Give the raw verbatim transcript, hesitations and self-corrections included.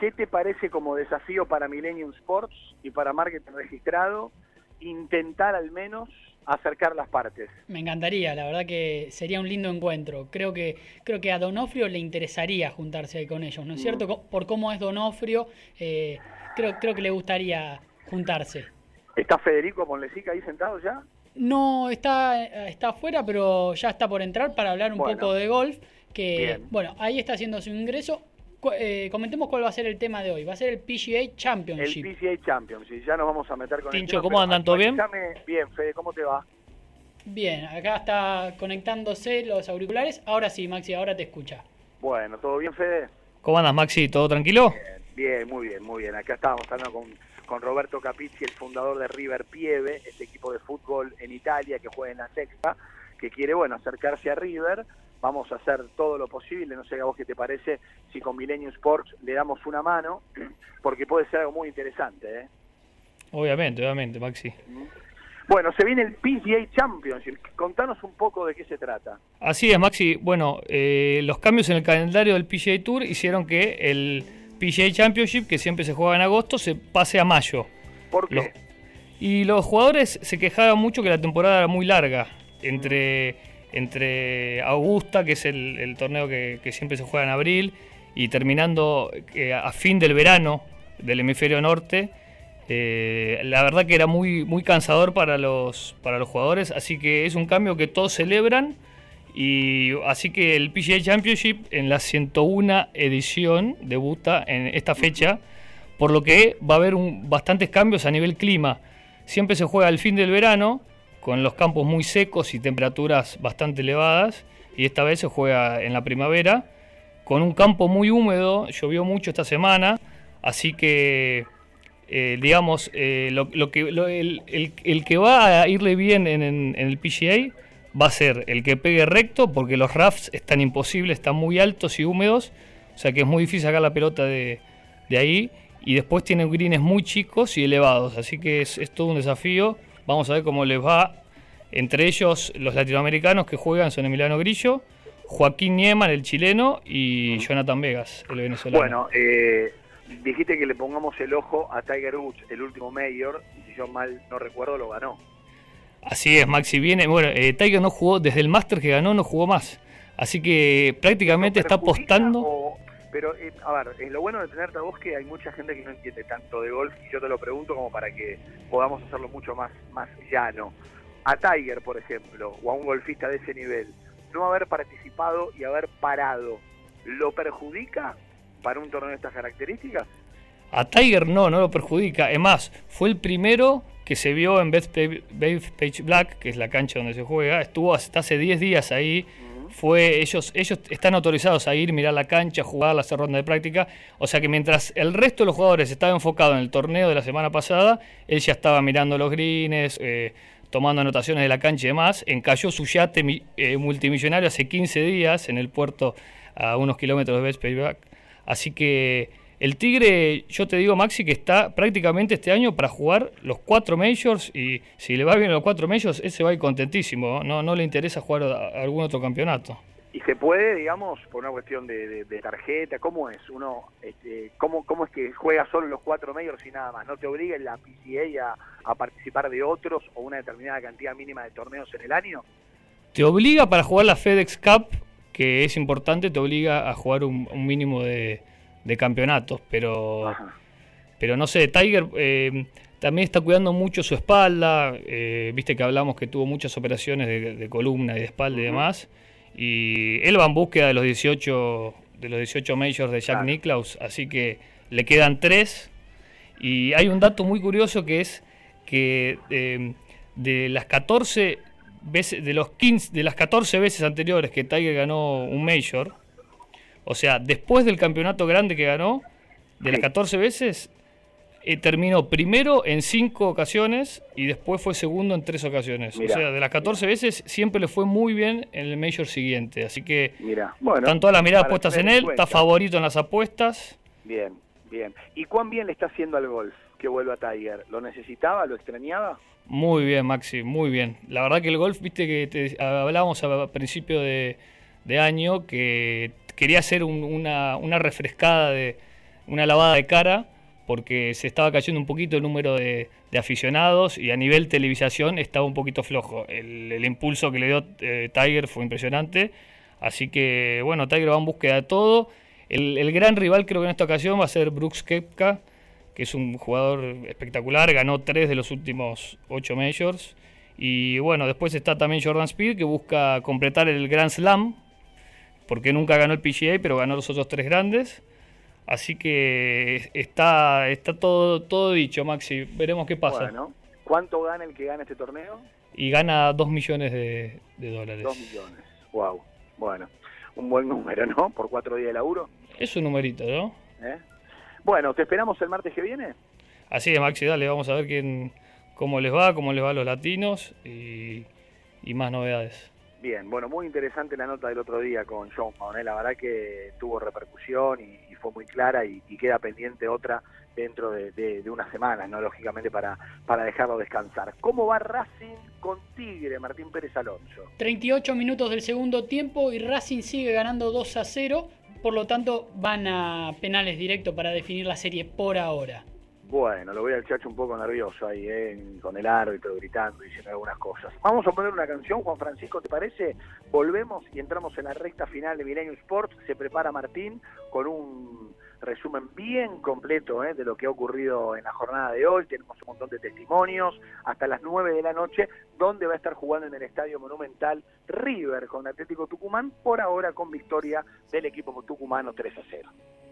¿qué te parece como desafío para Millennium Sports y para Marketing Registrado intentar al menos acercar las partes? Me encantaría, la verdad que sería un lindo encuentro. Creo que creo que a Donofrio le interesaría juntarse ahí con ellos, ¿no es mm. cierto? Por cómo es Donofrio, eh, creo, creo que le gustaría juntarse. ¿Está Federico Ponlecica ahí sentado ya? No, está, está afuera, pero ya está por entrar para hablar un bueno, poco de golf. Que bien. Bueno, ahí está haciendo su ingreso. Eh, comentemos cuál va a ser el tema de hoy. Va a ser el P G A Championship. El P G A Championship, ya nos vamos a meter con Tincho, el tema, ¿cómo andan? ¿Todo bien? Bien, Fede, ¿cómo te va? Bien, acá está conectándose los auriculares. Ahora sí, Maxi, ahora te escucha. Bueno, ¿todo bien, Fede? ¿Cómo andas, Maxi? ¿Todo tranquilo? Bien, bien, muy bien, muy bien. Acá estábamos hablando con, con Roberto Capizzi, el fundador de River Pieve, este equipo de fútbol en Italia que juega en la sexta, que quiere, bueno, acercarse a River. Vamos a hacer todo lo posible, no sé a vos qué te parece, si con Millennium Sports le damos una mano, porque puede ser algo muy interesante, ¿eh? Obviamente, obviamente, Maxi. Bueno, se viene el P G A Championship. Contanos un poco de qué se trata. Así es, Maxi. Bueno, eh, los cambios en el calendario del P G A Tour hicieron que el P G A Championship, que siempre se juega en agosto, se pase a mayo. ¿Por qué? Los, y los jugadores se quejaban mucho que la temporada era muy larga, entre, entre Augusta, que es el, el torneo que, que siempre se juega en abril, y terminando eh, a fin del verano del hemisferio norte. Eh, la verdad que era muy, muy cansador para los, para los jugadores, así que es un cambio que todos celebran, y así que el P G A Championship en la ciento una edición debuta en esta fecha, por lo que va a haber un, bastantes cambios a nivel clima. Siempre se juega al fin del verano, con los campos muy secos y temperaturas bastante elevadas, y esta vez se juega en la primavera, con un campo muy húmedo. Llovió mucho esta semana, así que... Eh, digamos, eh, lo, lo que, lo, el, el, el que va a irle bien en, en, en el P G A va a ser el que pegue recto, porque los rafts están imposibles, están muy altos y húmedos, o sea que es muy difícil sacar la pelota de, de ahí, y después tienen greens muy chicos y elevados, así que es, es todo un desafío. Vamos a ver cómo les va, entre ellos los latinoamericanos que juegan son Emiliano Grillo, Joaquín Nieman, el chileno, y Jonathan Vegas, el venezolano. Bueno, eh... dijiste que le pongamos el ojo a Tiger Woods, el último Major, y si yo mal no recuerdo, lo ganó. Así es, Maxi. Viene, bueno, eh, Tiger no jugó, desde el Master que ganó, no jugó más. Así que prácticamente está apostando. O, pero, eh, a ver, es lo bueno de tenerte a vos, que hay mucha gente que no entiende tanto de golf, y yo te lo pregunto como para que podamos hacerlo mucho más, más llano. A Tiger, por ejemplo, o a un golfista de ese nivel, no haber participado y haber parado, ¿lo perjudica para un torneo de estas características? A Tiger no, no lo perjudica. Es más, fue el primero que se vio en Bethpage Black, que es la cancha donde se juega. Estuvo hasta hace diez días ahí. Uh-huh. Fue, ellos, ellos están autorizados a ir, mirar la cancha, jugar, hacer ronda de práctica. O sea que mientras el resto de los jugadores estaba enfocado en el torneo de la semana pasada, él ya estaba mirando los greens, eh, tomando anotaciones de la cancha y demás. Encalló su yate eh, multimillonario hace quince días en el puerto a unos kilómetros de Bethpage Black. Así que el Tigre, yo te digo, Maxi, que está prácticamente este año para jugar los cuatro Majors, y si le va bien los cuatro Majors, ese va a ir contentísimo. No, no le interesa jugar a algún otro campeonato. ¿Y se puede, digamos, por una cuestión de, de, de tarjeta? ¿Cómo es? uno este, ¿cómo, ¿Cómo es que juega solo los cuatro Majors y nada más? ¿No te obliga en la P G A a, a participar de otros o una determinada cantidad mínima de torneos en el año? Te obliga para jugar la FedEx Cup, que es importante, te obliga a jugar un, un mínimo de, de campeonatos, pero pero no sé, Tiger eh, también está cuidando mucho su espalda, eh, viste que hablamos que tuvo muchas operaciones de, de columna y de espalda uh-huh. y demás, y él va en búsqueda de los dieciocho de los dieciocho Majors de Jack claro. Nicklaus, así que le quedan tres, y hay un dato muy curioso que es que eh, de las catorce veces, de los quince, de las catorce veces anteriores que Tiger ganó un Major, o sea, después del campeonato grande que ganó, de sí. las catorce veces, eh, terminó primero en cinco ocasiones y después fue segundo en tres ocasiones. Mirá, o sea, de las catorce mirá. veces siempre le fue muy bien en el Major siguiente. Así que mirá. Bueno, están todas las miradas puestas en él, está favorito en las apuestas. Bien, bien. ¿Y cuán bien le está haciendo al golf que vuelva Tiger? ¿Lo necesitaba? ¿Lo extrañaba? Muy bien, Maxi, muy bien. La verdad que el golf, viste que te, hablábamos a principio de, de año que quería hacer un, una, una refrescada de, una lavada de cara, porque se estaba cayendo un poquito el número de, de aficionados y a nivel televisación estaba un poquito flojo. El, el impulso que le dio eh, Tiger fue impresionante, así que bueno, Tiger va en búsqueda de todo. El, el gran rival creo que en esta ocasión va a ser Brooks Koepka, que es un jugador espectacular, ganó tres de los últimos ocho majors. Y bueno, después está también Jordan Spieth, que busca completar el Grand Slam, porque nunca ganó el P G A, pero ganó los otros tres grandes. Así que está, está todo, todo dicho, Maxi. Veremos qué pasa. Bueno, ¿cuánto gana el que gana este torneo? Y gana dos millones de, de dólares. Dos millones, wow. Bueno, un buen número, ¿no? Por cuatro días de laburo. Es un numerito, ¿no? ¿Eh? Bueno, ¿te esperamos el martes que viene? Así es, Maxi, dale, vamos a ver quién, cómo les va, cómo les va a los latinos y, y más novedades. Bien, bueno, muy interesante la nota del otro día con John Maunel, la verdad que tuvo repercusión y, y fue muy clara y, y queda pendiente otra dentro de, de, de unas semanas, ¿no? Lógicamente para, para dejarlo descansar. ¿Cómo va Racing con Tigre, Martín Pérez Alonso? treinta y ocho minutos del segundo tiempo y Racing sigue ganando dos a cero, por lo tanto van a penales directos para definir la serie por ahora. Bueno, lo voy al Chacho un poco nervioso ahí, ¿eh? Con el árbitro gritando y diciendo algunas cosas. Vamos a poner una canción, Juan Francisco, ¿te parece? Volvemos y entramos en la recta final de Milenio Sports. Se prepara Martín con un resumen bien completo, ¿eh? De lo que ha ocurrido en la jornada de hoy. Tenemos un montón de testimonios hasta las nueve de la noche, donde va a estar jugando en el Estadio Monumental River con Atlético Tucumán, por ahora con victoria del equipo tucumano tres a cero.